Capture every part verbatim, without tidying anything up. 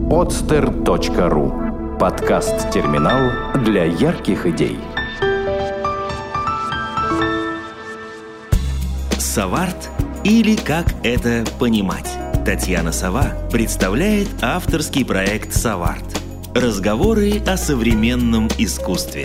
подстер точка ру. Подкаст-терминал для ярких идей. Соварт или как это понимать? Татьяна Сова представляет авторский проект «Соварт». Разговоры о современном искусстве.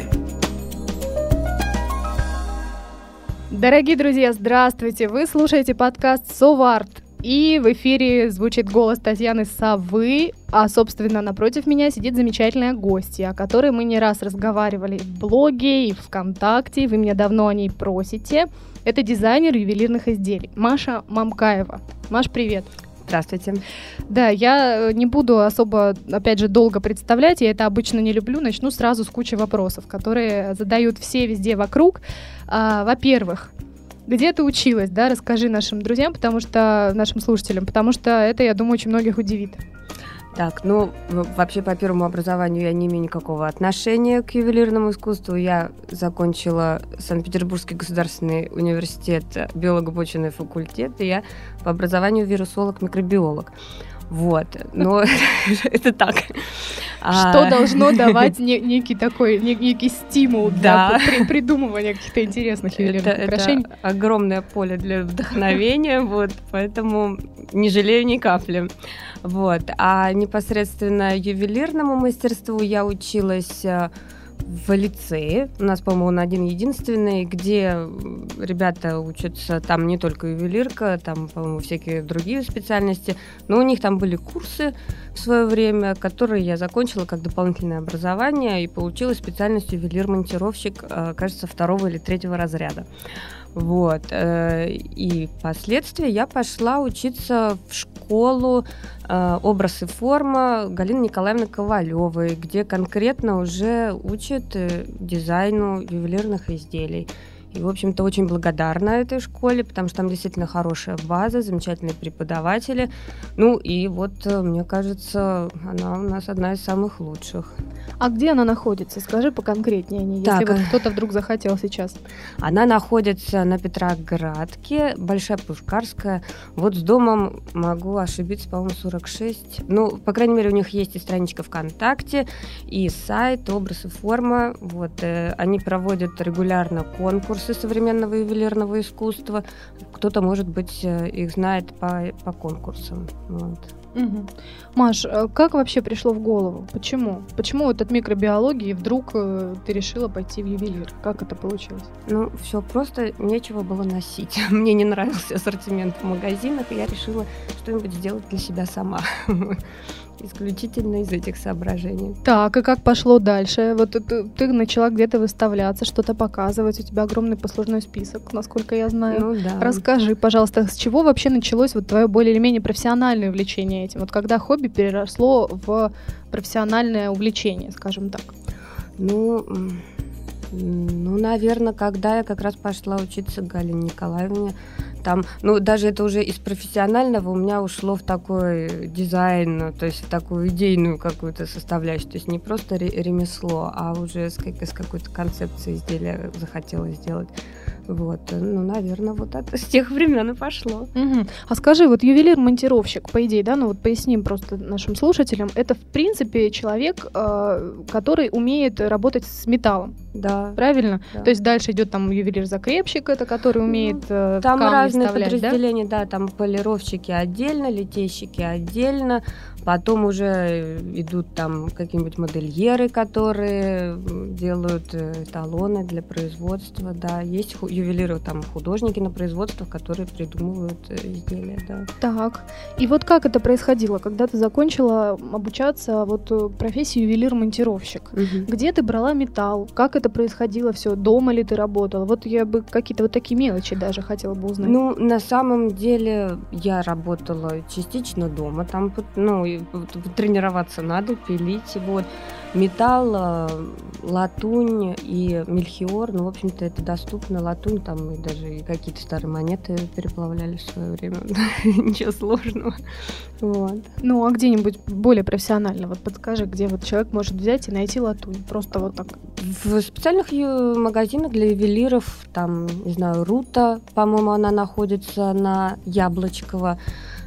Дорогие друзья, здравствуйте! Вы слушаете подкаст «Соварт». И в эфире звучит голос Татьяны Совы, а, собственно, напротив меня сидит замечательная гостья, о которой мы не раз разговаривали в блоге и в ВКонтакте, вы меня давно о ней просите. Это дизайнер ювелирных изделий Маша Мамкаева. Маш, привет! Здравствуйте. Да, я не буду особо, опять же, долго представлять, я это обычно не люблю, начну сразу с кучи вопросов, которые задают все везде вокруг. А, во-первых, где ты училась, да, расскажи нашим друзьям, потому что, нашим слушателям, потому что это, я думаю, очень многих удивит. Так, ну, вообще по первому образованию я не имею никакого отношения к ювелирному искусству. Я закончила Санкт-Петербургский государственный университет, биолого-почвенный факультет, и я по образованию вирусолог-микробиолог. Вот, но это так. Что должно давать некий такой, некий стимул для придумывания каких-то интересных ювелирных украшений? Это огромное поле для вдохновения, вот, поэтому не жалею ни капли. Вот, а непосредственно ювелирному мастерству я училась в лицее. У нас, по-моему, он один-единственный, где ребята учатся, там не только ювелирка, там, по-моему, всякие другие специальности, но у них там были курсы в свое время, которые я закончила как дополнительное образование и получила специальность ювелир-монтировщик, кажется, второго или третьего разряда. Вот. И впоследствии я пошла учиться в школу «Образ и форма» Галины Николаевны Ковалевой, где конкретно уже учат дизайну ювелирных изделий. И, в общем-то, очень благодарна этой школе, потому что там действительно хорошая база, замечательные преподаватели. Ну и вот, мне кажется, она у нас одна из самых лучших. А где она находится? Скажи поконкретнее, если так, вот кто-то вдруг захотел сейчас. Она находится на Петроградке, Большая Пушкарская. Вот с домом могу ошибиться, по-моему, сорок шесть. Ну, по крайней мере, у них есть и страничка ВКонтакте, и сайт «Образ и форма». Вот, э, они проводят регулярно конкурсы современного ювелирного искусства. Кто-то, может быть, их знает по, по конкурсам. Вот. Угу. Маш, как вообще пришло в голову? Почему? Почему вот от микробиологии вдруг ты решила пойти в ювелир? Как это получилось? Ну, все просто, нечего было носить. Мне не нравился ассортимент в магазинах, и я решила что-нибудь сделать для себя сама. Исключительно из этих соображений. Так, и как пошло дальше? Вот ты, ты начала где-то выставляться, что-то показывать, у тебя огромный послужной список, насколько я знаю. Ну да. Расскажи, пожалуйста, с чего вообще началось вот твое более или менее профессиональное увлечение этим? Вот когда хобби переросло в профессиональное увлечение, скажем так? Ну, ну, наверное, когда я как раз пошла учиться к Галине Николаевне. Там, ну, даже это уже из профессионального у меня ушло в такой дизайн, то есть в такую идейную какую-то составляющую. То есть не просто ремесло, а уже с, как, с какой-то концепцией изделия захотелось сделать. Вот, ну, наверное, вот это с тех времен и пошло. Угу. А скажи, вот ювелир-монтировщик, по идее, да, ну вот поясним просто нашим слушателям, это, в принципе, человек, э, который умеет работать с металлом. Да. Правильно? Да. То есть дальше идет там ювелир-закрепщик, это который умеет э, там камни разные вставлять, подразделения, да? да, там полировщики отдельно, литейщики отдельно, потом уже идут там какие-нибудь модельеры, которые делают эталоны для производства, да, есть ювелиры, там художники на производствах, которые придумывают изделия, да. Так, и вот как это происходило, когда ты закончила обучаться вот профессии ювелир-монтировщик? Угу. Где ты брала металл? Как это происходило все? Дома ли ты работала? Вот я бы какие-то вот такие мелочи даже хотела бы узнать. Ну, на самом деле я работала частично дома, там, ну, тренироваться надо, пилить, вот. Металл, латунь и мельхиор, ну, в общем-то, это доступно. Латунь, там и даже и какие-то старые монеты переплавляли в свое время. Ничего сложного. Вот. Ну, а где-нибудь более профессионально? Вот подскажи, где вот человек может взять и найти латунь? Просто вот так. В специальных магазинах для ювелиров, там, не знаю, Рута, по-моему, она находится на Яблочково.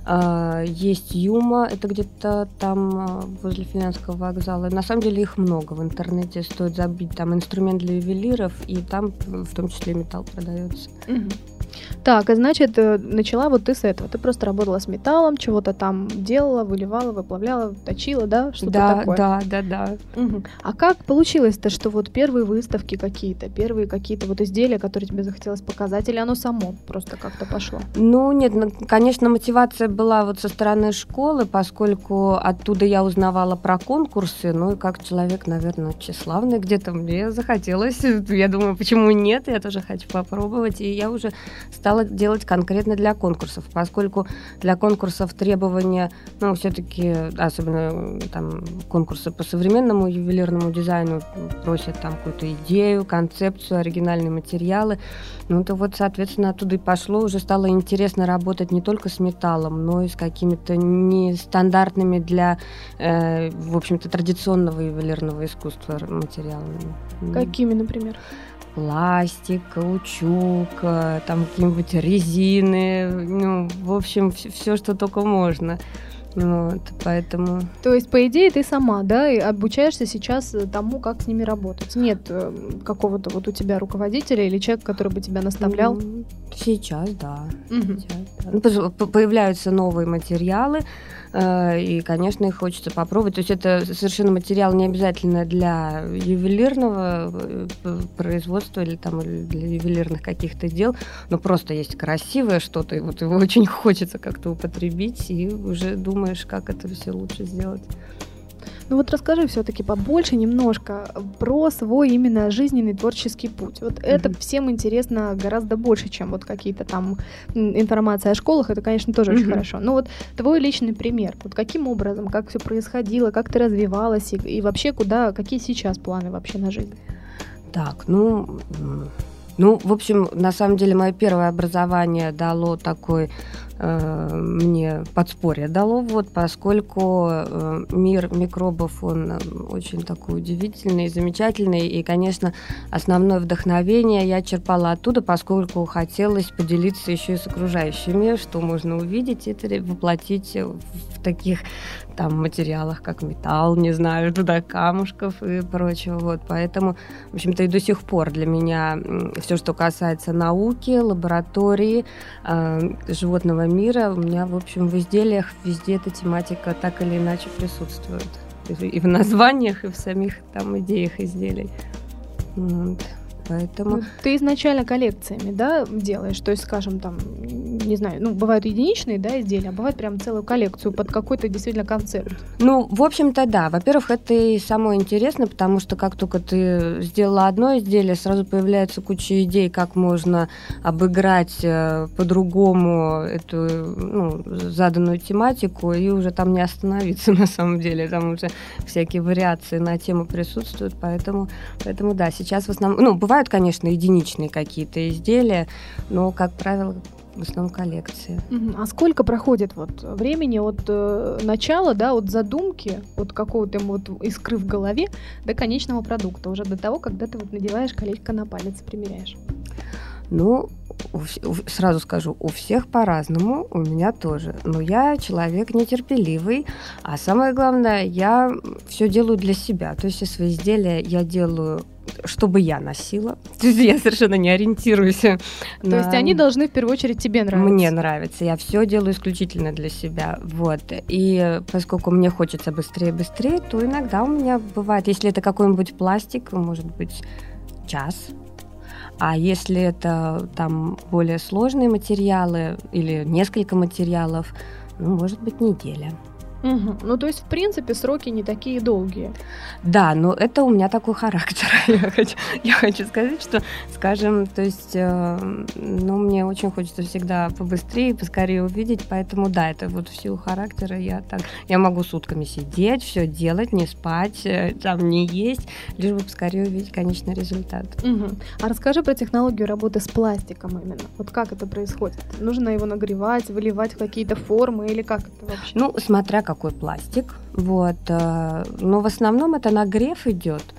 Есть Юма, это где-то там возле Финляндского вокзала. На самом деле их много в интернете, стоит забить там инструмент для ювелиров, и там в том числе металл продается. Угу. Так, а значит, начала вот ты с этого. Ты просто работала с металлом, чего-то там делала, выливала, выплавляла, точила, да? Что-то да, такое. Да, да, да. Угу. А как получилось-то, что вот первые выставки какие-то, первые какие-то вот изделия, которые тебе захотелось показать, или оно само просто как-то пошло? Ну, нет, конечно, мотивация была вот со стороны школы, поскольку оттуда я узнавала про конкурсы, ну и как человек, наверное, тщеславный, где-то мне захотелось. Я думаю, почему нет, я тоже хочу попробовать, и я уже стала делать конкретно для конкурсов, поскольку для конкурсов требования, ну, все-таки, особенно там конкурсы по современному ювелирному дизайну просят там какую-то идею, концепцию, оригинальные материалы. Ну, то вот, соответственно, оттуда и пошло, уже стало интересно работать не только с металлом, но и с какими-то нестандартными для, э, в общем-то, традиционного ювелирного искусства материалами. Какими, например? Пластик, каучук, там какие-нибудь резины, ну, в общем, все, что только можно. Вот, поэтому... То есть, по идее, ты сама, да, и обучаешься сейчас тому, как с ними работать? Нет какого-то вот у тебя руководителя или человека, который бы тебя наставлял? Сейчас, да. Угу. Сейчас, да. Ну, появляются новые материалы, и, конечно, их хочется попробовать. То есть это совершенно материал не обязательно для ювелирного производства или там для ювелирных каких-то дел, но просто есть красивое что-то, и вот его очень хочется как-то употребить, и уже думаешь, как это все лучше сделать. Ну вот расскажи все-таки побольше немножко про свой именно жизненный творческий путь. Вот mm-hmm. это всем интересно гораздо больше, чем вот какие-то там информация о школах. Это, конечно, тоже mm-hmm. очень хорошо. Но вот твой личный пример. Вот каким образом, как все происходило, как ты развивалась и, и вообще куда, какие сейчас планы вообще на жизнь? Так, ну... Ну, в общем, на самом деле, мое первое образование дало такой, э, мне подспорье дало, вот, поскольку э, мир микробов, он очень такой удивительный, замечательный, и, конечно, основное вдохновение я черпала оттуда, поскольку хотелось поделиться еще и с окружающими, что можно увидеть, это воплотить в таких там материалах, как металл, не знаю, туда камушков и прочего, вот, поэтому, в общем-то, и до сих пор для меня все, что касается науки, лаборатории, э, животного мира, у меня, в общем, в изделиях везде эта тематика так или иначе присутствует. И в названиях, и в самих там идеях изделий. Вот. Поэтому... Ну, ты изначально коллекциями, да, делаешь? То есть, скажем, там, не знаю, ну, бывают единичные, да, изделия, а бывает прям целую коллекцию под какой-то действительно концепт. Ну, в общем-то, да. Во-первых, это и самое интересное, потому что как только ты сделала одно изделие, сразу появляется куча идей, как можно обыграть по-другому эту, ну, заданную тематику, и уже там не остановиться на самом деле. Там уже всякие вариации на тему присутствуют, поэтому, поэтому да, сейчас в основном... Ну, бывает, конечно, единичные какие-то изделия, но, как правило, в основном коллекции. Uh-huh. А сколько проходит вот времени от э, начала, да, от задумки, от какого-то вот искры в голове до конечного продукта, уже до того, когда ты вот надеваешь колечко на палец, примеряешь? Ну, у, у, сразу скажу, у всех по-разному, у меня тоже. Но я человек нетерпеливый, а самое главное, я все делаю для себя. То есть свои изделия я делаю, чтобы я носила. То есть я совершенно не ориентируюсь. То на... есть они должны в первую очередь тебе нравиться? Мне нравится. Я все делаю исключительно для себя. Вот. И поскольку мне хочется быстрее-быстрее, то иногда у меня бывает, если это какой-нибудь пластик, может быть, час. А если это там более сложные материалы или несколько материалов, ну, может быть, неделя. Угу. Ну, то есть, в принципе, сроки не такие долгие. Да, но это у меня такой характер. Я хочу, я хочу сказать, что, скажем, то есть, э, ну, мне очень хочется всегда побыстрее, поскорее увидеть, поэтому, да, это вот в силу характера я так, я могу сутками сидеть, все делать, не спать, там, не есть, лишь бы поскорее увидеть конечный результат. Угу. А расскажи про технологию работы с пластиком именно. Вот как это происходит? Нужно его нагревать, выливать в какие-то формы или как это вообще? Ну, смотря какой пластик, вот, но в основном это нагрев идет,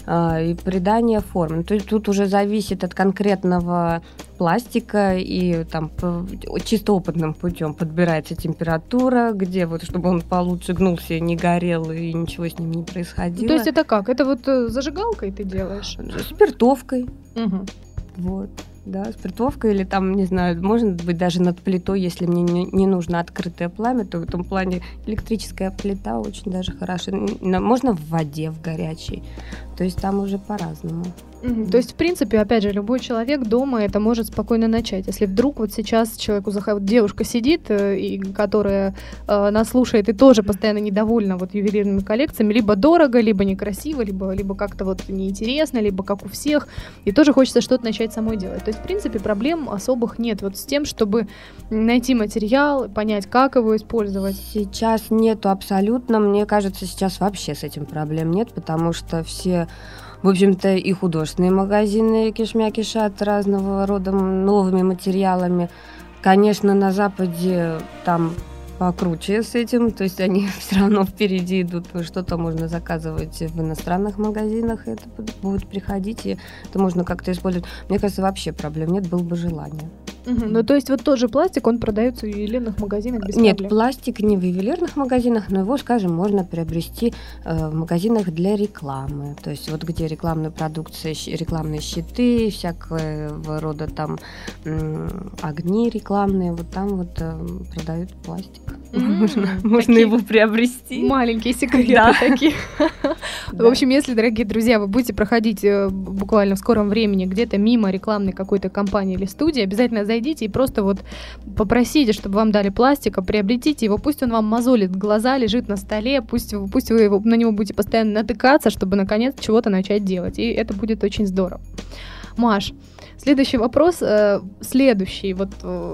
и придание формы. То есть тут уже зависит от конкретного пластика, и там чисто опытным путем подбирается температура, где вот, чтобы он получше гнулся, не горел и ничего с ним не происходило. То есть это как? Это вот зажигалкой ты делаешь? Спиртовкой. Угу. Вот. Да, спиртовка или там, не знаю, может быть, даже над плитой, если мне не, не нужно открытое пламя, то в этом плане электрическая плита очень даже хороша. Можно в воде, в горячей. То есть там уже по-разному. Mm-hmm. То есть, в принципе, опять же, любой человек дома это может спокойно начать. Если вдруг вот сейчас человеку заходит, девушка сидит, и, которая э, нас слушает и тоже постоянно недовольна вот ювелирными коллекциями, либо дорого, либо некрасиво, либо, либо как-то вот неинтересно, либо как у всех, и тоже хочется что-то начать самой делать. То есть, в принципе, проблем особых нет вот с тем, чтобы найти материал, понять, как его использовать. Сейчас нету абсолютно, мне кажется, сейчас вообще с этим проблем нет, потому что все... В общем-то, и художественные магазины кишмя кишат разного рода новыми материалами. Конечно, на Западе там покруче с этим, то есть они все равно впереди идут. Что-то можно заказывать в иностранных магазинах, и это будет приходить, и это можно как-то использовать. Мне кажется, вообще проблем нет, было бы желание. Угу. Ну, то есть вот тот же пластик, он продается в ювелирных магазинах без Нет, проблем? пластик не в ювелирных магазинах, но его, скажем, можно приобрести э, в магазинах для рекламы. То есть вот где рекламная продукция, рекламные щиты, всякого рода там э, огни рекламные, вот там вот э, продают пластик. Можно, можно его приобрести. Маленькие секреты да. такие. Да. В общем, если, дорогие друзья, вы будете проходить буквально в скором времени где-то мимо рекламной какой-то компании или студии, обязательно зайдите и просто вот попросите, чтобы вам дали пластика, приобретите его, пусть он вам мозолит глаза, лежит на столе, пусть, пусть вы его, на него будете постоянно натыкаться, чтобы наконец чего-то начать делать, и это будет очень здорово. Маш, следующий вопрос, э, следующий, вот... Э,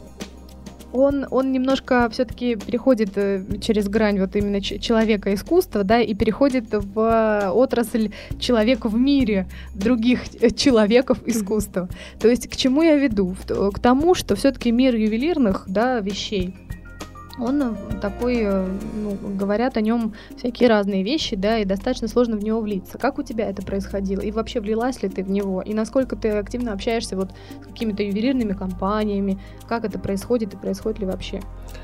Он, он немножко все-таки переходит через грань вот именно человека искусства, да, и переходит в отрасль человека в мире других человеков искусства. То есть к чему я веду? К тому, что все-таки мир ювелирных, да, вещей, он такой, ну, говорят о нем всякие разные вещи, да, и достаточно сложно в него влиться. Как у тебя это происходило? И вообще влилась ли ты в него? И насколько ты активно общаешься вот с какими-то ювелирными компаниями? Как это происходит и происходит ли вообще?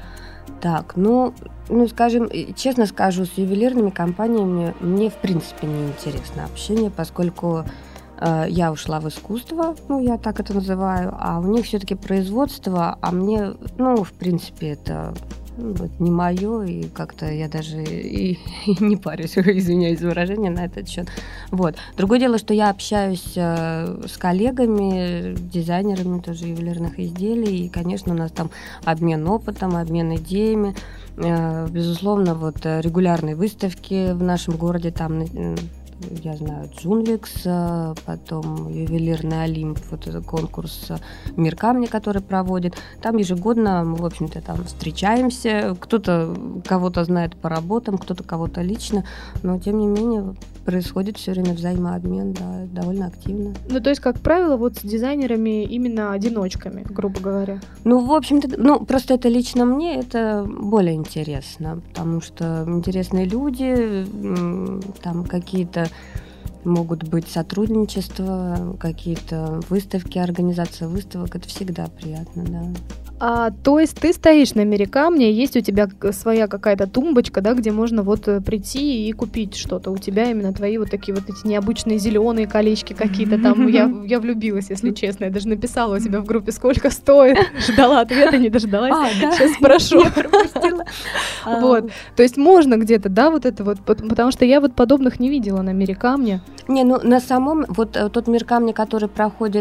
Так, ну, ну, скажем, честно скажу, с ювелирными компаниями мне, в принципе, не интересно общение, поскольку э, я ушла в искусство, ну, я так это называю, а у них все-таки производство, а мне, ну, в принципе, это... Вот, не мое, и как-то я даже и, и не парюсь, извиняюсь за выражение на этот счет. Вот. Другое дело, что я общаюсь э, с коллегами, дизайнерами тоже ювелирных изделий, и, конечно, у нас там обмен опытом, обмен идеями. Э, безусловно, вот регулярные выставки в нашем городе, там, э, я знаю, Джунвикс, потом ювелирный Олимп, вот это конкурс «Мир камня», который проводит. Там ежегодно мы, в общем-то, там встречаемся. Кто-то кого-то знает по работам, кто-то кого-то лично, но, тем не менее, происходит все время взаимообмен, да, довольно активно. Ну, то есть, как правило, вот с дизайнерами именно одиночками, грубо говоря. Ну, в общем-то, ну, просто это лично мне, это более интересно, потому что интересные люди, там какие-то могут быть сотрудничества, какие-то выставки, организация выставок, это всегда приятно, да. А, то есть ты стоишь на мире камня, есть у тебя своя какая-то тумбочка, да, где можно вот прийти и купить что-то. У тебя именно твои вот такие вот эти необычные зеленые колечки какие-то там. Я, я влюбилась, если честно. Я даже написала у себя в группе, сколько стоит. Ждала ответа, не дождалась. А, да? Сейчас спрошу. Я пропустила. Вот. То есть можно где-то, да, вот это вот, потому что я вот подобных не видела на мире камня. Не, ну на самом, вот тот мир камня, который проходит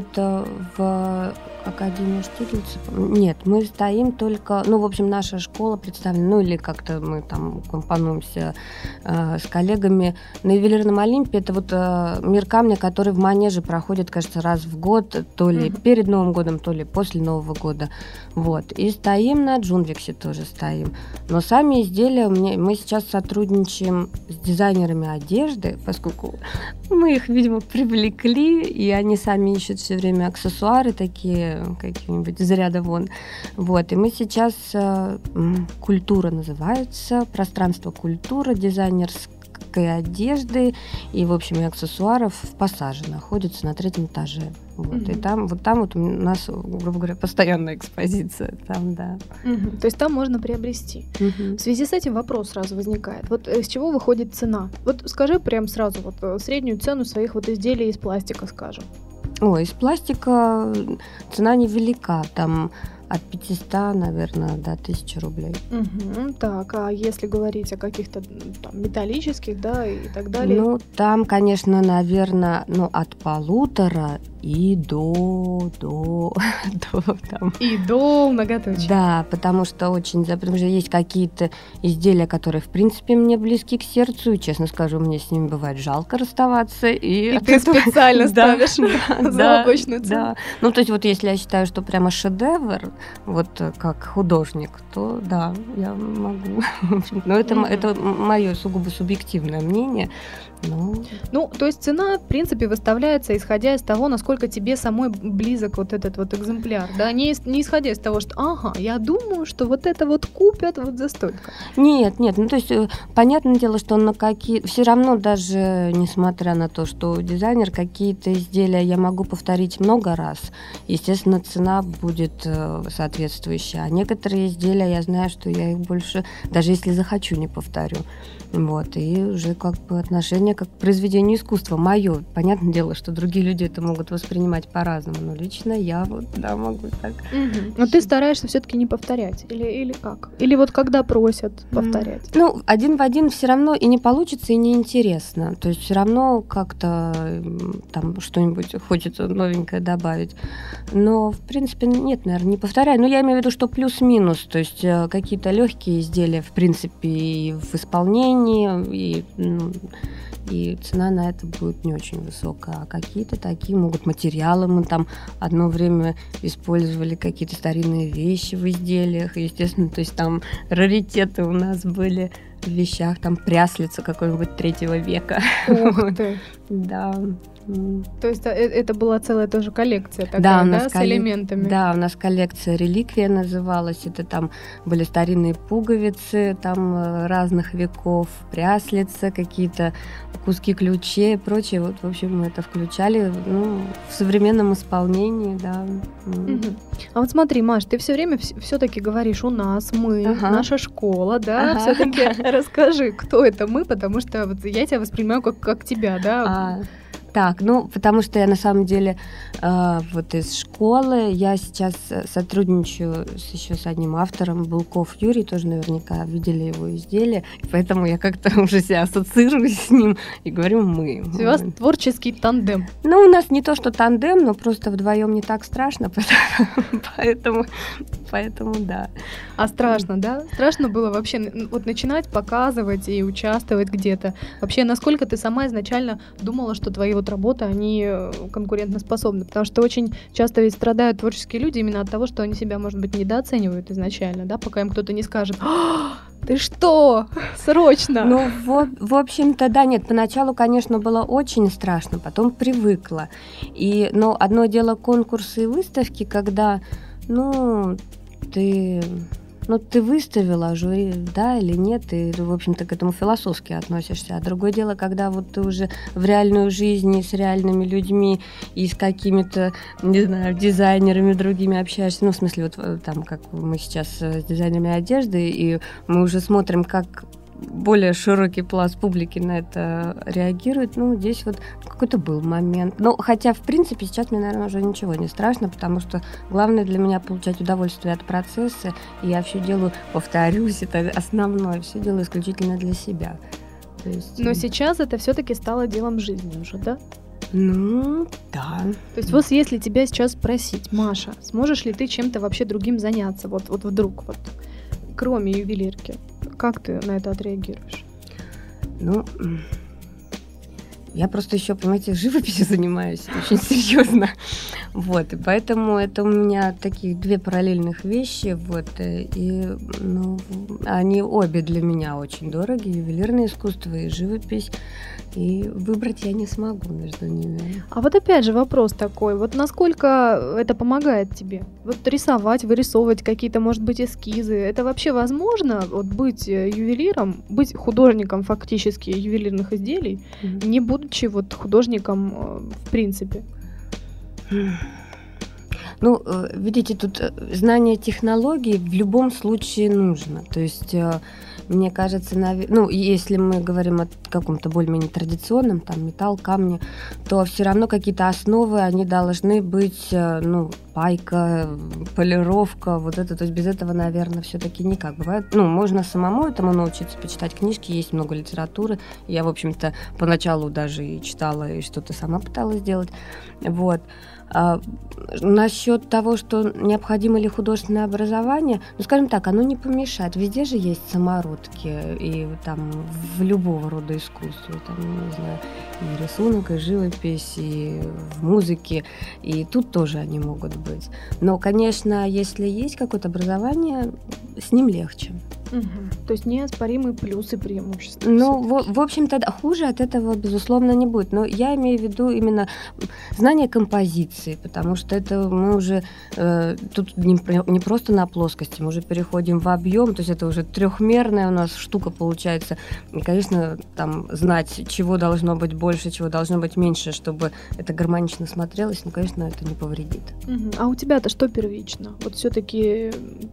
в Академии Штиглица, нет, мы стоим только, ну, в общем, наша школа представлена, ну, или как-то мы там компонуемся э, с коллегами на ювелирном Олимпе. Это вот э, мир камня, который в Манеже проходит, кажется, раз в год, то ли mm-hmm. перед Новым годом, то ли после Нового года. Вот. И стоим на Джунвиксе тоже стоим. Но сами изделия, мне, мы сейчас сотрудничаем с дизайнерами одежды, поскольку мы их, видимо, привлекли, и они сами ищут все время аксессуары такие, какие-нибудь из ряда вон. Вот. И мы сейчас, э, культура называется, пространство культура, дизайнерская женской одежды и, в общем, и аксессуаров в Пассаже находится на третьем этаже. Вот. Mm-hmm. И там, вот там вот у нас, грубо говоря, постоянная экспозиция. Там, да. Mm-hmm. То есть там можно приобрести. Mm-hmm. В связи с этим вопрос сразу возникает. Вот с чего выходит цена? Вот скажи прям сразу вот среднюю цену своих вот изделий из пластика, скажем. Ой, из пластика цена невелика. Там от пятисот, наверное, до тысячи рублей. Угу, так, а если говорить о каких-то там металлических, да, и так далее? Ну, там, конечно, наверное, ну, от полутора и до, до, до там. И до многоточия. Да, потому что очень, потому что есть какие-то изделия, которые, в принципе, мне близки к сердцу, и, честно скажу, мне с ними бывает жалко расставаться. И, и ты этого... специально ставишь за облачную цену. Да. Ну, то есть вот если я считаю, что прямо шедевр, вот как художник, то да, я могу. Но это, mm-hmm. это мое сугубо субъективное мнение. Но... Ну, то есть цена, в принципе, выставляется, исходя из того, насколько тебе самой близок вот этот вот экземпляр, да, не, не исходя из того, что, ага, я думаю, что вот это вот купят вот за столько. Нет, нет, ну, то есть, понятное дело, что на какие... Все равно даже, несмотря на то, что дизайнер, какие-то изделия я могу повторить много раз, естественно, цена будет соответствующая. А некоторые изделия, я знаю, что я их больше, даже если захочу, не повторю. Вот, и уже как бы отношение как к произведению искусства мое. Понятное дело, что другие люди это могут воспринимать по-разному, но лично я вот, да, могу так. Угу. Но ты стараешься все-таки не повторять, или, или как? Или вот когда просят повторять? Ну, один в один все равно и не получится, и неинтересно. То есть все равно как-то там что-нибудь хочется новенькое добавить. Но, в принципе, нет, наверное, не повторяю. Но я имею в виду, что плюс-минус, то есть какие-то легкие изделия, в принципе, и в исполнении, и, ну, и цена на это будет не очень высокая. А какие-то такие могут материалы. Мы там одно время использовали какие-то старинные вещи в изделиях. Естественно, то есть там раритеты у нас были в вещах. Там пряслица какой-нибудь третьего века. Ух ты! Да. То есть это была целая тоже коллекция такая, да, да, у нас с коллек... элементами? Да, у нас коллекция «Реликвия» называлась. Это там были старинные пуговицы там разных веков, пряслица, какие-то куски ключей и прочее. Вот, в общем, мы это включали ну, в современном исполнении, да. Угу. А вот смотри, Маш, ты все время все-таки говоришь «у нас», «мы», ага. «наша школа», да? Ага. Все-таки расскажи, кто это «мы», потому что вот я тебя воспринимаю как, как тебя, да? А... Так, ну, потому что я на самом деле э, вот из школы, я сейчас сотрудничаю с, еще с одним автором, Булков Юрий, тоже наверняка видели его изделия, поэтому я как-то уже себя ассоциирую с ним и говорю «мы». У вас творческий тандем. Ну, у нас не то, что тандем, но просто вдвоем не так страшно, поэтому, поэтому да. А страшно, да? Страшно было вообще вот начинать показывать и участвовать где-то? Вообще, насколько ты сама изначально думала, что твои вот работы, они конкурентоспособны? Потому что очень часто ведь страдают творческие люди именно от того, что они себя, может быть, недооценивают изначально, да, пока им кто-то не скажет: ты что? Срочно! Ну, в, в общем-то, да, нет, поначалу, конечно, было очень страшно, потом привыкла. И, но одно дело конкурсы и выставки, когда, ну, ты... Ну, ты выставила, жюри, да или нет, ты, в общем-то, к этому философски относишься. А другое дело, когда вот ты уже в реальную жизнь с реальными людьми и с какими-то, не знаю, дизайнерами другими общаешься. Ну, в смысле, вот там, как мы сейчас с дизайнерами одежды, и мы уже смотрим, как более широкий пласт публики на это реагирует. Ну, здесь вот какой-то был момент. Ну, хотя, в принципе, сейчас мне, наверное, уже ничего не страшно, потому что главное для меня получать удовольствие от процесса. И я все делаю, повторюсь, это основное, все делаю исключительно для себя. То есть... Но сейчас это все-таки стало делом жизни уже, да? Ну, да. То есть вот если тебя сейчас спросить: Маша, сможешь ли ты чем-то вообще другим заняться? Вот, вот вдруг, вот, кроме ювелирки. Как ты на это отреагируешь? Ну, я просто еще, понимаете, живописью занимаюсь очень серьезно. Вот, и поэтому это у меня такие две параллельных вещи, вот, и, ну, они обе для меня очень дороги, ювелирное искусство и живопись, и выбрать я не смогу между ними. А вот опять же вопрос такой, вот насколько это помогает тебе? Вот рисовать, вырисовывать какие-то, может быть, эскизы, это вообще возможно, вот быть ювелиром, быть художником фактически ювелирных изделий, mm-hmm. не будучи вот художником в принципе? Ну, видите, тут знание технологий в любом случае нужно. То есть, мне кажется, ну, если мы говорим о каком-то более-менее традиционном, там, металл, камни, то все равно какие-то основы, они должны быть, ну, пайка, полировка, вот это. То есть без этого, наверное, все-таки никак. Бывает, ну, можно самому этому научиться, почитать книжки, есть много литературы. Я, в общем-то, поначалу даже и читала, и что-то сама пыталась сделать. Вот. А, насчет того, что необходимо ли художественное образование, ну, скажем так, оно не помешает. Везде же есть самородки, и там в любого рода искусства, там, не знаю, и рисунок, и живопись, и в музыке, и тут тоже они могут быть. Но, конечно, если есть какое-то образование, с ним легче. Угу. То есть неоспоримые плюсы, преимущества. Ну, в, в общем-то, хуже от этого, безусловно, не будет. Но я имею в виду именно знание композиции, потому что это мы уже э, тут не, не просто на плоскости, мы уже переходим в объем, то есть это уже трехмерная у нас штука получается. И, конечно, там знать, чего должно быть больше, чего должно быть меньше, чтобы это гармонично смотрелось, ну, конечно, это не повредит. Угу. А у тебя-то что первично? Вот все-таки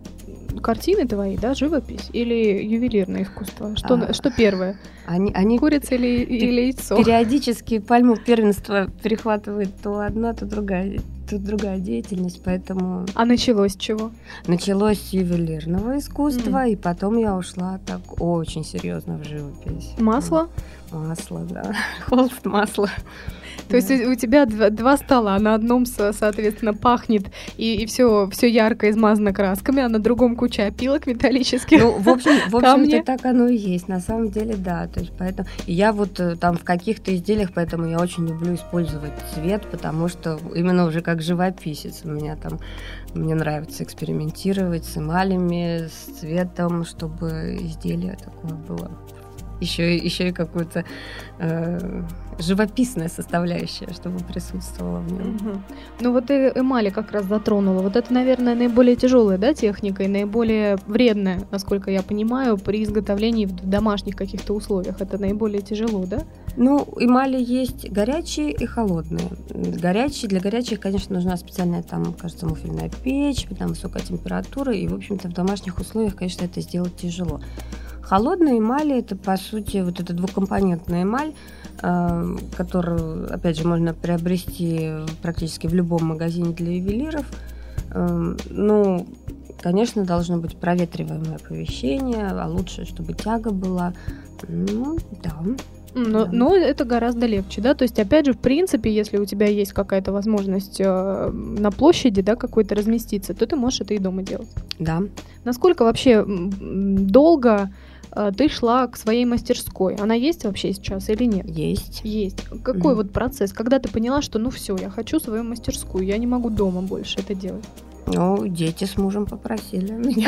картины твои, да, живопись или ювелирное искусство? Что, а, что первое? Они, они Курица или, или яйцо? Периодически пальму первенства перехватывает то одна, то другая, то другая деятельность, поэтому... А началось с чего? Началось с ювелирного искусства, mm. и потом я ушла так очень серьезно в живопись. Масло? Масло, да. Холст, масло. То есть у тебя два, два стола, на одном, соответственно, пахнет и, и все, все ярко измазано красками, а на другом куча опилок металлических. Ну, в общем, в общем-то, так оно и есть. На самом деле, да. То есть, поэтому я вот там в каких-то изделиях, поэтому я очень люблю использовать цвет, потому что именно уже как живописец у меня там, мне нравится экспериментировать с эмалями, с цветом, чтобы изделие такое было. Еще, еще и какую-то э, живописная составляющая, чтобы присутствовала в нем. Угу. Ну вот и эмали как раз затронула. Вот это, наверное, наиболее тяжелая, да, техника и наиболее вредная, насколько я понимаю, при изготовлении в домашних каких-то условиях. Это наиболее тяжело, да? Ну, эмали есть горячие и холодные. Горячие, для горячих, конечно, нужна специальная, там, кажется, муфельная печь, там высокая температура, и, в общем-то, в домашних условиях, конечно, это сделать тяжело. Холодная эмаль – это, по сути, вот эта двухкомпонентная эмаль, э, которую, опять же, можно приобрести практически в любом магазине для ювелиров. Э, ну, конечно, должно быть проветриваемое помещение, а лучше, чтобы тяга была. Ну, да. Но, да. но это гораздо легче, да? То есть, опять же, в принципе, если у тебя есть какая-то возможность э, на площади, да, какой-то разместиться, то ты можешь это и дома делать. Да. Насколько вообще долго э, ты шла к своей мастерской? Она есть вообще сейчас или нет? Есть. Есть. Какой Mm. вот процесс? Когда ты поняла, что ну все, я хочу свою мастерскую, я не могу дома больше это делать? Ну, дети с мужем попросили меня.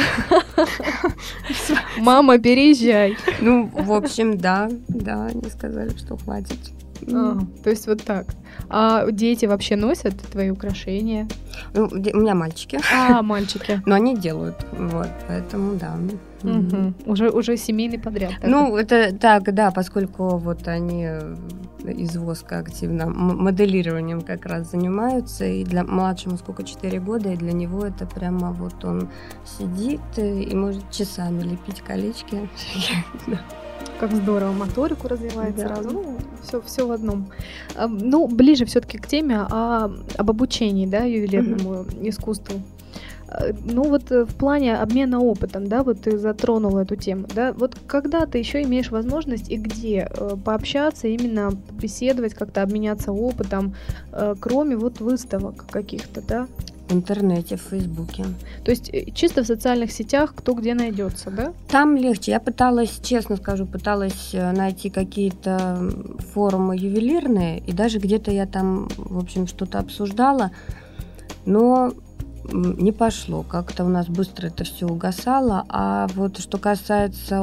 Мама, переезжай. Ну, в общем, да, да, они сказали, что хватит. А, то есть вот так. А дети вообще носят твои украшения? Ну, у меня мальчики. А, мальчики. Но они делают, вот, поэтому да. Угу. Уже, уже семейный подряд. Так? Ну, это так, да, поскольку вот они из воска активно моделированием как раз занимаются, и для младшему сколько, четыре года, и для него это прямо вот он сидит и может часами лепить колечки. Как здорово, моторику развивает да. сразу. Ну, все, все в одном. А, ну, ближе все-таки к теме о, об обучении, да, ювелирному mm-hmm. искусству. Ну вот в плане обмена опытом, да, вот ты затронула эту тему, да, вот когда ты еще имеешь возможность и где э, пообщаться, именно беседовать, как-то обменяться опытом, э, кроме вот выставок каких-то, да? В интернете, в Фейсбуке. То есть чисто в социальных сетях кто где найдется, да? Там легче. Я пыталась, честно скажу, пыталась найти какие-то форумы ювелирные, и даже где-то я там, в общем, что-то обсуждала. Но не пошло. Как-то у нас быстро это все угасало. А вот что касается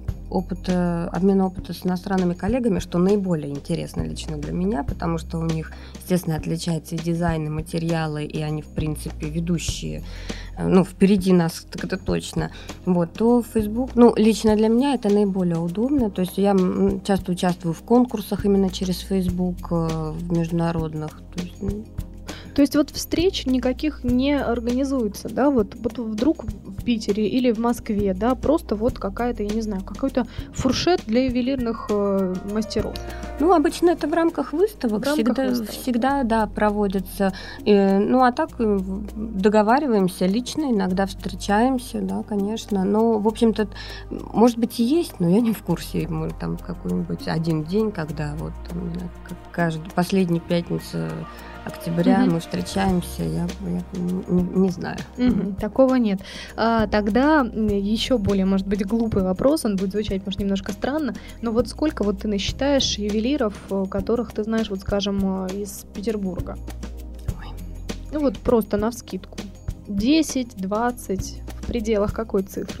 опыта, обмена опыта с иностранными коллегами, что наиболее интересно лично для меня, потому что у них, естественно, отличается и дизайн, и материалы, и они, в принципе, ведущие, ну, впереди нас, так это точно. Вот, то Facebook, ну, лично для меня это наиболее удобно. То есть я часто участвую в конкурсах именно через Facebook, в международных. То есть, ну, То есть вот встреч никаких не организуется, да, вот, вот вдруг в Питере или в Москве, да, просто вот какая-то, я не знаю, какой-то фуршет для ювелирных э, мастеров. Ну, обычно это в рамках выставок, в рамках всегда, выставок. всегда, да, проводятся. Э, ну, а так э, договариваемся лично, иногда встречаемся, да, конечно. Но, в общем-то, может быть, и есть, но я не в курсе. Мы там какой-нибудь один день, когда вот, там, не знаю, как каждую последнюю пятницу октября Мгм. мы встречаемся, я, я не, не знаю. Мгм, такого нет. А, тогда м, еще более, может быть, глупый вопрос, он будет звучать, может, немножко странно, но вот сколько вот ты насчитаешь ювелиров, э, которых ты знаешь, вот, скажем, э, из Петербурга? Ой. Ну вот просто навскидку. десять, двадцать, в пределах какой цифры?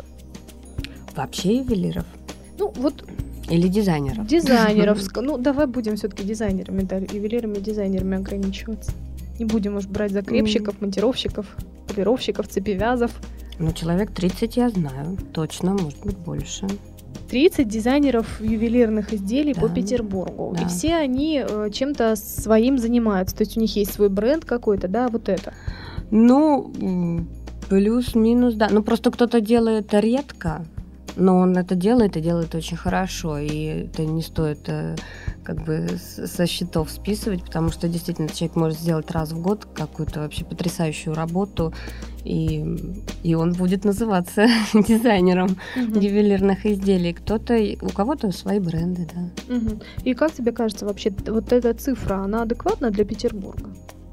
Вообще ювелиров Ну вот или дизайнеров? дизайнеров, ска- ну давай будем все-таки дизайнерами, да, ювелирами, дизайнерами ограничиваться. Не будем уж брать закрепщиков, монтировщиков, полировщиков, цепевязов. Ну, человек тридцать я знаю, точно, может быть, больше. тридцать дизайнеров ювелирных изделий Да. по Петербургу. Да. И все они э, чем-то своим занимаются. То есть у них есть свой бренд какой-то, да, вот это. Ну, м, плюс-минус, да. Ну, просто кто-то делает редко, но он это делает и делает очень хорошо. И это не стоит э, как бы с- со счетов списывать, потому что действительно человек может сделать раз в год какую-то вообще потрясающую работу, и, и он будет называться дизайнером Мгм. ювелирных изделий. Кто-то, у кого-то свои бренды, да. Мгм. И как тебе кажется вообще, т- вот эта цифра, она адекватна для Петербурга?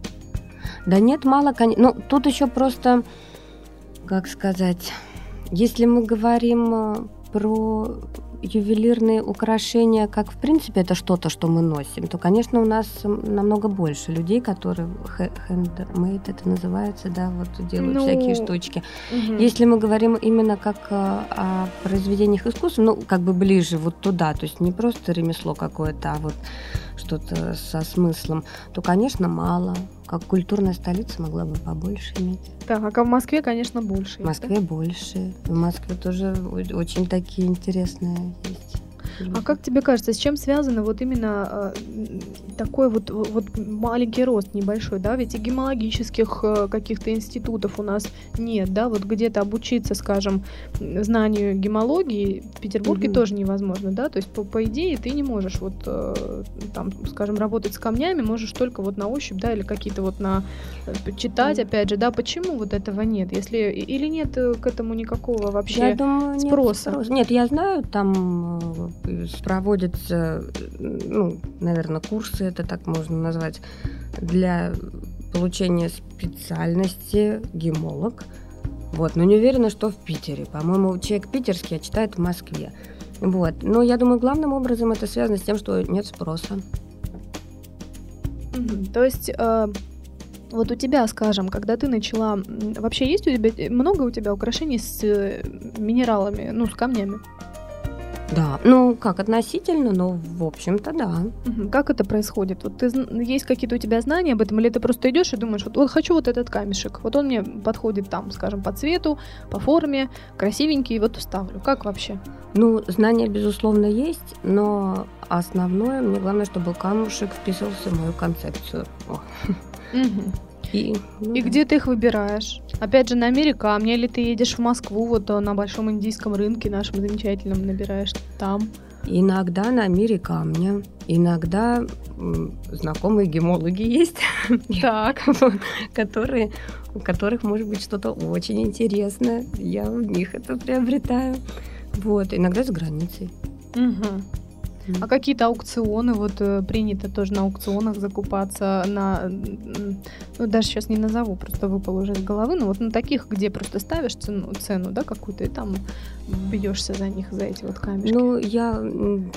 Да нет, мало, конечно. Ну, тут еще просто, как сказать, если мы говорим э, про ювелирные украшения, как в принципе это что-то, что мы носим, то, конечно, у нас м, намного больше людей, которые хэ- handmade это называется, да, вот делают Ну, всякие штучки. Мгм. Если мы говорим именно как э, о произведениях искусства, ну, как бы ближе вот туда, то есть не просто ремесло какое-то, а вот что-то со смыслом, то, конечно, мало. Как культурная столица могла бы побольше иметь. Так, а в Москве, конечно, больше. В есть, Москве больше. В Москве тоже о- очень такие интересные есть. да? А как тебе кажется, с чем связано вот именно э, м, такой вот, вот маленький рост небольшой, да? Ведь и гемологических э, каких-то институтов у нас нет, да? Вот где-то обучиться, скажем, м, знанию гемологии в Петербурге Мгм. тоже невозможно, да? То есть, по, по идее, ты не можешь вот э, там, скажем, работать с камнями, можешь только вот на ощупь, да, или какие-то вот на э, читать, Мгм. опять же, да? Почему вот этого нет? Если или нет э, к этому никакого вообще? Я думаю, нет спроса. спроса. Нет, я знаю, там э, проводятся, э, ну, наверное, курсы, это так можно назвать, для получения специальности гемолог. Вот, но не уверена, что в Питере. По-моему, человек питерский, а читает в Москве. Вот. Но я думаю, главным образом это связано с тем, что нет спроса. Мгм. То есть э, вот у тебя, скажем, когда ты начала, м, вообще есть у тебя много у тебя украшений с э, минералами, ну с камнями? Да. Ну, как относительно, но в общем-то, да. Мгм. Как это происходит? Вот ты зн- есть какие-то у тебя знания об этом, или ты просто идешь и думаешь, вот, вот хочу вот этот камешек, вот он мне подходит там, скажем, по цвету, по форме, красивенький, и вот вставлю. Как вообще? Ну, знания, безусловно, есть, но основное, мне главное, чтобы камушек вписывался в мою концепцию. О. Мгм. И, ну, И да. где ты их выбираешь? Опять же, на мире камня, или ты едешь в Москву, вот э, на большом индийском рынке нашем замечательном набираешь там? Иногда на мире камня, иногда м, знакомые гемологи есть, Так. вот, которые, у которых может быть что-то очень интересное. Я у них это приобретаю. Вот, иногда за границей. Мгм. А какие-то аукционы, вот э, принято тоже на аукционах закупаться на, м, ну даже сейчас не назову, просто выпало уже из головы, но вот на таких, где просто ставишь цену, цену, да, какую-то, и там бьешься за них, за эти вот камешки. Ну, я м,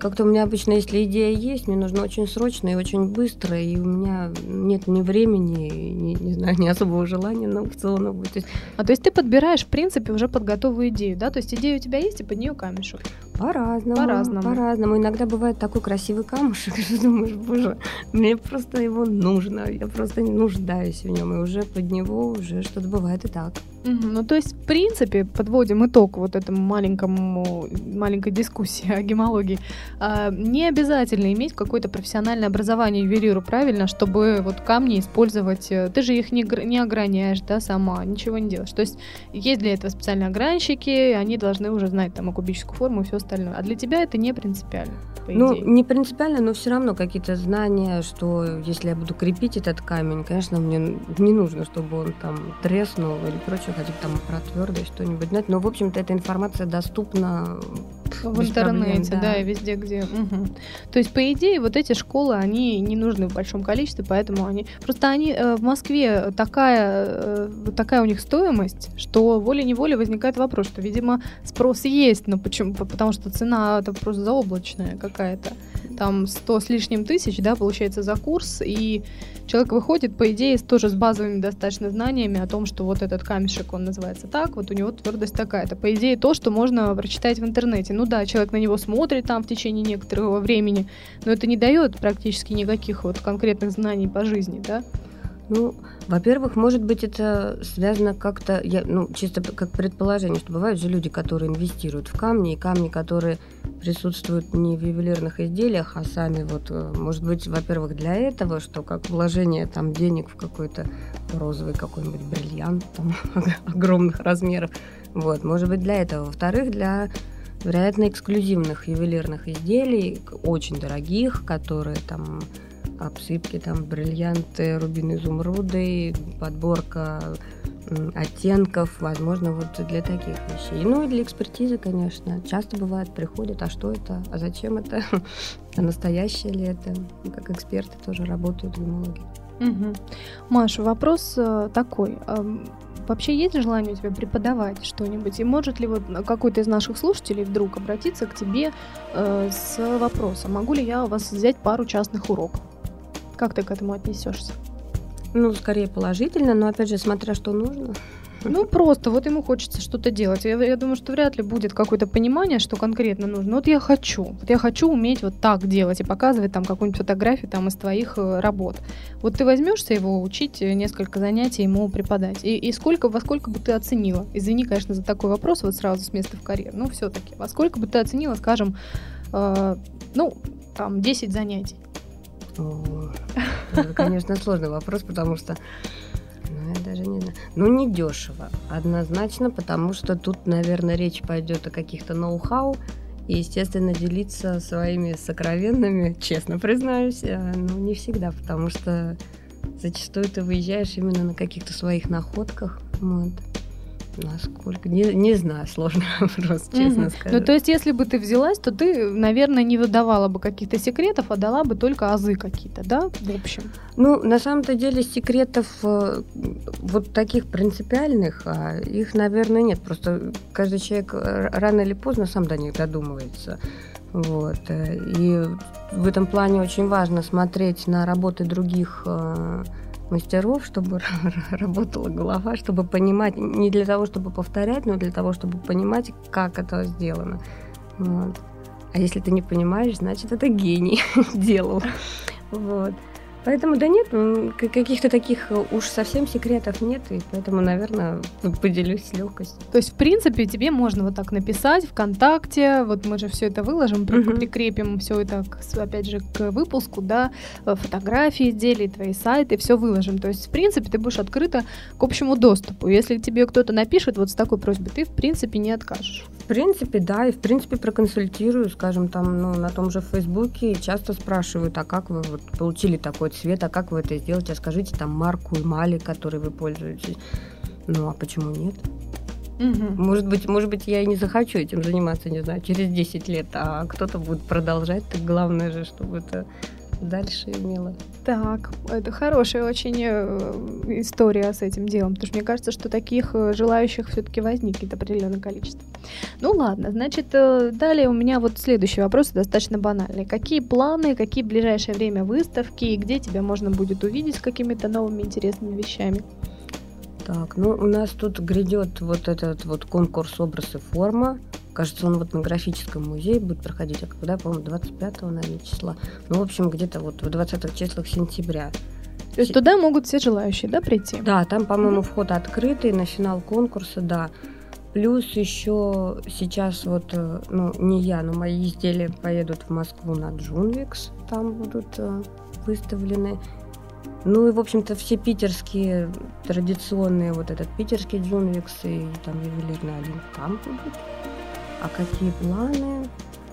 как-то у меня обычно, если идея есть, мне нужно очень срочно и очень быстро, и у меня нет ни времени, ни, не знаю, ни особого желания на аукционах быть. То есть... А то есть ты подбираешь, в принципе, уже под готовую идею, да? То есть идея у тебя есть, и под нее камешек? По-разному. По-разному. По-разному. Иногда бывает такой красивый камушек, что думаешь, боже, мне просто его нужно, я просто не нуждаюсь в нем, и уже под него уже что-то бывает и так. Угу. Ну, то есть, в принципе, подводим итог вот этому маленькому, маленькой дискуссии о гемологии. А, не обязательно иметь какое-то профессиональное образование ювелиру, правильно, чтобы вот камни использовать. Ты же их не, не ограняешь, да, сама, ничего не делаешь. То есть, есть для этого специальные огранщики, они должны уже знать там и кубическую форму, и все остальное. А для тебя это не принципиально, по идее. Ну, не принципиально, но все равно какие-то знания, что если я буду крепить этот камень, конечно, мне не нужно, чтобы он там треснул или прочее, хотя бы там про твердость что-нибудь знать. Но, в общем-то, эта информация доступна в интернете, проблем, да. да, и везде, где. Угу. То есть, по идее, вот эти школы, они не нужны в большом количестве, поэтому они... Просто они э, в Москве такая, э, такая у них стоимость, что волей-неволей возникает вопрос, что, видимо, спрос есть, но почему? Потому что цена это просто заоблачная какая-то. Там сто с лишним тысяч, да, получается, за курс, и человек выходит, по идее, тоже с базовыми достаточно знаниями о том, что вот этот камешек, он называется так, вот у него твердость такая-то. По идее, то, что можно прочитать в интернете. Ну да, человек на него смотрит там в течение некоторого времени, но это не дает практически никаких вот конкретных знаний по жизни, да? Ну, во-первых, может быть, это связано как-то, я, ну, чисто как предположение, что бывают же люди, которые инвестируют в камни, и камни, которые присутствуют не в ювелирных изделиях, а сами вот, может быть, во-первых, для этого, что как вложение там денег в какой-то розовый какой-нибудь бриллиант там, огромных размеров, вот, может быть, для этого. Во-вторых, для, вероятно, эксклюзивных ювелирных изделий, очень дорогих, которые там... обсыпки, там, бриллианты, рубины, изумруды, подборка оттенков, возможно, вот для таких вещей. Ну и для экспертизы, конечно. Часто бывает, приходят, а что это, а зачем это, а настоящее ли это? Как эксперты тоже работают гемологи. Угу. Маша, вопрос такой. Вообще есть желание у тебя преподавать что-нибудь? И может ли вот какой-то из наших слушателей вдруг обратиться к тебе э, с вопросом, могу ли я у вас взять пару частных уроков? Как ты к этому отнесешься? Ну, скорее положительно, но, опять же, смотря что нужно. Ну, просто вот ему хочется что-то делать. Я, я думаю, что вряд ли будет какое-то понимание, что конкретно нужно. Вот я хочу, вот я хочу уметь вот так делать и показывать там какую-нибудь фотографию там из твоих работ. Вот ты возьмешься его учить, несколько занятий ему преподать. И, и сколько, во сколько бы ты оценила? Извини, конечно, за такой вопрос вот сразу с места в карьер. Но все-таки, во сколько бы ты оценила, скажем, э, ну, там, десять занятий? О, это, конечно, сложный вопрос, потому что, ну, я даже не знаю, ну, не дешево, однозначно, потому что тут, наверное, речь пойдет о каких-то ноу-хау, и, естественно, делиться своими сокровенными, честно признаюсь, ну, не всегда, потому что зачастую ты выезжаешь именно на каких-то своих находках, вот. Насколько? Не, не знаю, сложный вопрос, честно mm-hmm. скажу. Ну, то есть, если бы ты взялась, то ты, наверное, не выдавала бы каких-то секретов, а дала бы только азы какие-то, да, в общем? Ну, на самом-то деле секретов э, вот таких принципиальных, а их, наверное, нет. Просто каждый человек рано или поздно сам до них додумывается. Вот. И в этом плане очень важно смотреть на работы других э, мастеров, чтобы работала голова, чтобы понимать, не для того, чтобы повторять, но для того, чтобы понимать, как это сделано. Вот. А если ты не понимаешь, значит, это гений делал. Вот. Поэтому, да нет, каких-то таких уж совсем секретов нет, и поэтому, наверное, поделюсь с легкостью. То есть, в принципе, тебе можно вот так написать ВКонтакте, вот мы же все это выложим, uh-huh. прикрепим все это, опять же, к выпуску, да, фотографии изделий, твои сайты, все выложим. То есть, в принципе, ты будешь открыта к общему доступу. Если тебе кто-то напишет вот с такой просьбой, ты, в принципе, не откажешь. В принципе, да, и в принципе проконсультирую, скажем, там, ну, на том же Фейсбуке часто спрашивают, а как вы вот получили такой цвет, а как вы это сделаете, а скажите там марку эмали, которой вы пользуетесь. Ну, а почему нет? Угу. Может быть, может быть, я и не захочу этим заниматься, не знаю, через десять лет, а кто-то будет продолжать, так главное же, чтобы это дальше имела. Так, это хорошая очень э, история с этим делом, потому что мне кажется, что таких э, желающих все-таки возникнет определенное количество. Ну ладно, значит, э, далее у меня вот следующий вопрос, достаточно банальный. Какие планы, какие в ближайшее время выставки, и где тебя можно будет увидеть с какими-то новыми интересными вещами? Так, ну у нас тут грядет вот этот вот конкурс «Образ и форма». Кажется, он вот на графическом музее будет проходить, а когда, по-моему, двадцать пятого, наверное, числа. Ну, в общем, где-то вот в двадцатых числах сентября. То есть туда могут все желающие, да, прийти? Да, там, по-моему, вход открытый на финал конкурса, да. Плюс еще сейчас вот, ну, не я, но мои изделия поедут в Москву на Джунвикс, там будут э, выставлены. Ну и, в общем-то, все питерские традиционные, вот этот питерский Джунвикс и там ювелирный Олимп там будут. А какие планы?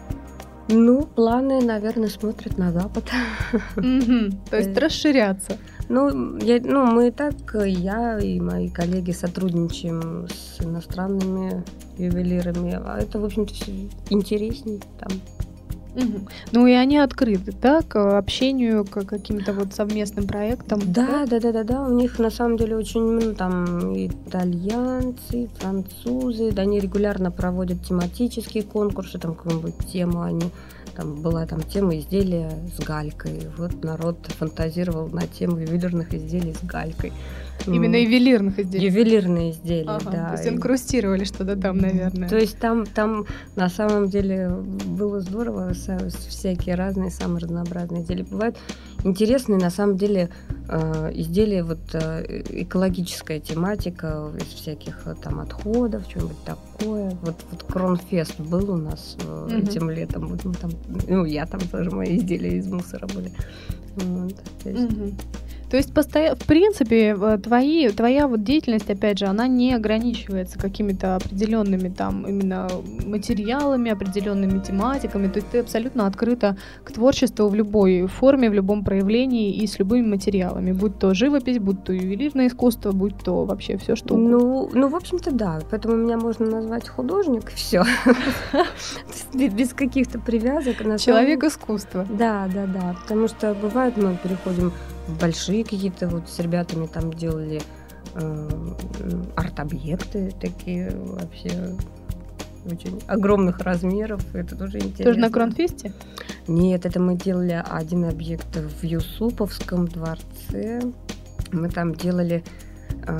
Ну, планы, наверное, смотрят на Запад. Mm-hmm. То есть расширяться. Ну, я, ну, мы и так, я и мои коллеги сотрудничаем с иностранными ювелирами, а это, в общем-то, все интересней там. Угу. Ну и они открыты, да, к общению, к каким-то вот совместным проектам. Да, да, да, да, да. У них на самом деле очень много там итальянцы, французы, да, они регулярно проводят тематические конкурсы, там какую-нибудь тему они. Там была там тема изделия с галькой. Вот народ фантазировал на тему ювелирных изделий с галькой. Именно ювелирных изделий? Ювелирные изделия, ага, да. То есть инкрустировали что-то там, наверное. То есть там, там на самом деле было здорово, всякие разные, самые разнообразные изделия. Бывают интересные, на самом деле, изделия, вот экологическая тематика из всяких там отходов, что-нибудь такое. Вот, вот Кронфест был у нас mm-hmm. этим летом. Вот мы там, ну, я там тоже, мои изделия из мусора были. Вот, то есть... mm-hmm. То есть, постоя... в принципе, твои, твоя вот деятельность, опять же, она не ограничивается какими-то определенными там именно материалами, определенными тематиками. То есть ты абсолютно открыта к творчеству в любой форме, в любом проявлении и с любыми материалами. Будь то живопись, будь то ювелирное искусство, будь то вообще все что угодно. Ну, ну, в общем-то, да. Поэтому меня можно назвать художник, все. Без каких-то привязок. Человек искусства. Да, да, да. Потому что бывает, мы переходим в большие какие-то, вот с ребятами там делали э, арт-объекты такие вообще очень огромных размеров. Это тоже интересно. Тоже на Кронфесте? Нет, это мы делали один объект в Юсуповском дворце. Мы там делали э,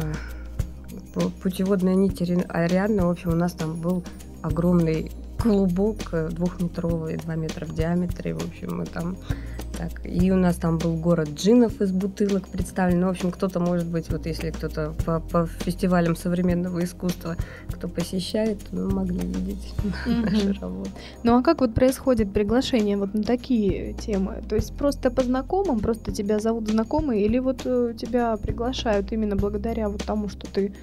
путеводная нить Ариадны. В общем, у нас там был огромный клубок двухметровый, два метра в диаметре. В общем, мы там так. И у нас там был город джинов из бутылок представлен. Ну, в общем, кто-то, может быть, вот если кто-то по, по фестивалям современного искусства, кто посещает, ну, могли видеть mm-hmm. наши работы. Ну, а как вот происходит приглашение вот на такие темы? То есть просто по знакомым, просто тебя зовут знакомые, или вот тебя приглашают именно благодаря вот тому, что ты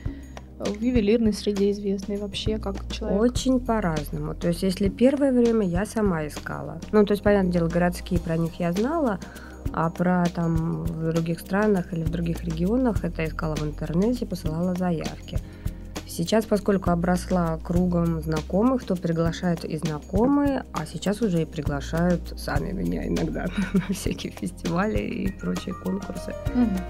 в ювелирной среде известный вообще как человек? Очень по-разному. То есть, если первое время я сама искала. Ну, то есть, понятное дело, городские про них я знала, а про там в других странах или в других регионах это искала в интернете, посылала заявки. Сейчас, поскольку обросла кругом знакомых, то приглашают и знакомые, а сейчас уже и приглашают сами меня иногда на всякие фестивали и прочие конкурсы. Mm-hmm.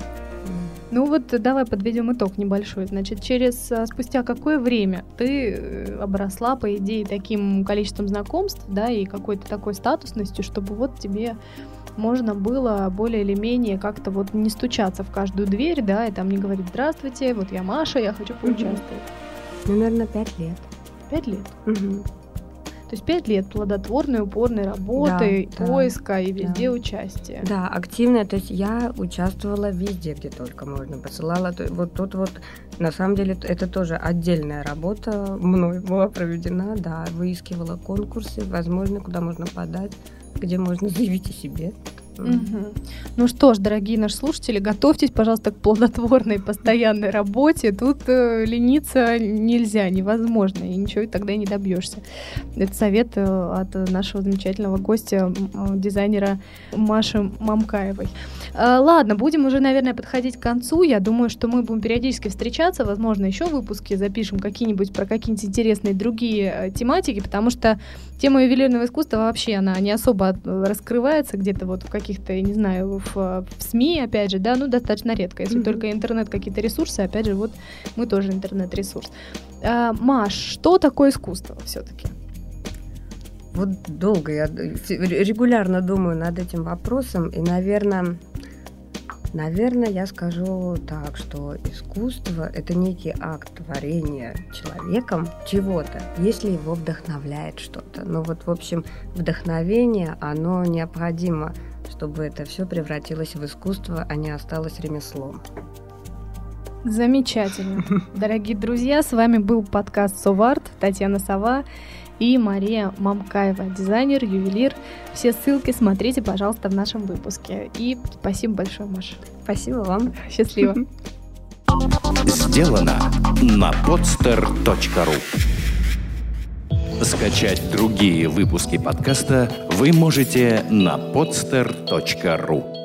Ну вот давай подведем итог небольшой. Значит, через спустя какое время ты обросла, по идее, таким количеством знакомств, да, и какой-то такой статусностью, чтобы вот тебе можно было более или менее как-то вот не стучаться в каждую дверь, да, и там не говорить: здравствуйте, вот я Маша, я хочу поучаствовать. Ну, наверное, пять лет. Пять лет? Угу. То есть пять лет плодотворной, упорной работы, да, поиска да, и везде да. участия. Да, активная. То есть я участвовала везде, где только можно. Посылала. Вот тут вот, на самом деле, это тоже отдельная работа мной была проведена. Да, выискивала конкурсы, возможно, куда можно подать, где можно заявить о себе. Угу. Ну что ж, дорогие наши слушатели, готовьтесь, пожалуйста, к плодотворной постоянной работе. Тут э, лениться нельзя, невозможно, и ничего тогда и не добьешься. Это совет э, от нашего замечательного гостя, э, дизайнера Маши Мамкаевой. Э, ладно, будем уже, наверное, подходить к концу. Я думаю, что мы будем периодически встречаться, возможно, еще выпуски запишем какие-нибудь про какие-нибудь интересные другие э, тематики, потому что тема ювелирного искусства вообще, она не особо раскрывается где-то вот в каких каких-то, я не знаю, в, в СМИ, опять же, да, ну, достаточно редко. Если mm-hmm. только интернет, какие-то ресурсы, опять же, вот мы тоже интернет-ресурс. А, Маш, что такое искусство все-таки? Вот долго я регулярно думаю над этим вопросом, и, наверное, наверное, я скажу так, что искусство – это некий акт творения человеком чего-то, если его вдохновляет что-то. Ну вот, в общем, вдохновение, оно необходимо, чтобы это все превратилось в искусство, а не осталось ремеслом. Замечательно. Дорогие друзья, с вами был подкаст «Соварт», Татьяна Сова и Мария Мамкаева, дизайнер, ювелир. Все ссылки смотрите, пожалуйста, в нашем выпуске. И спасибо большое, Маша. Спасибо вам. Счастливо. Сделано на podster точка ру. Скачать другие выпуски подкаста вы можете на podster точка ру.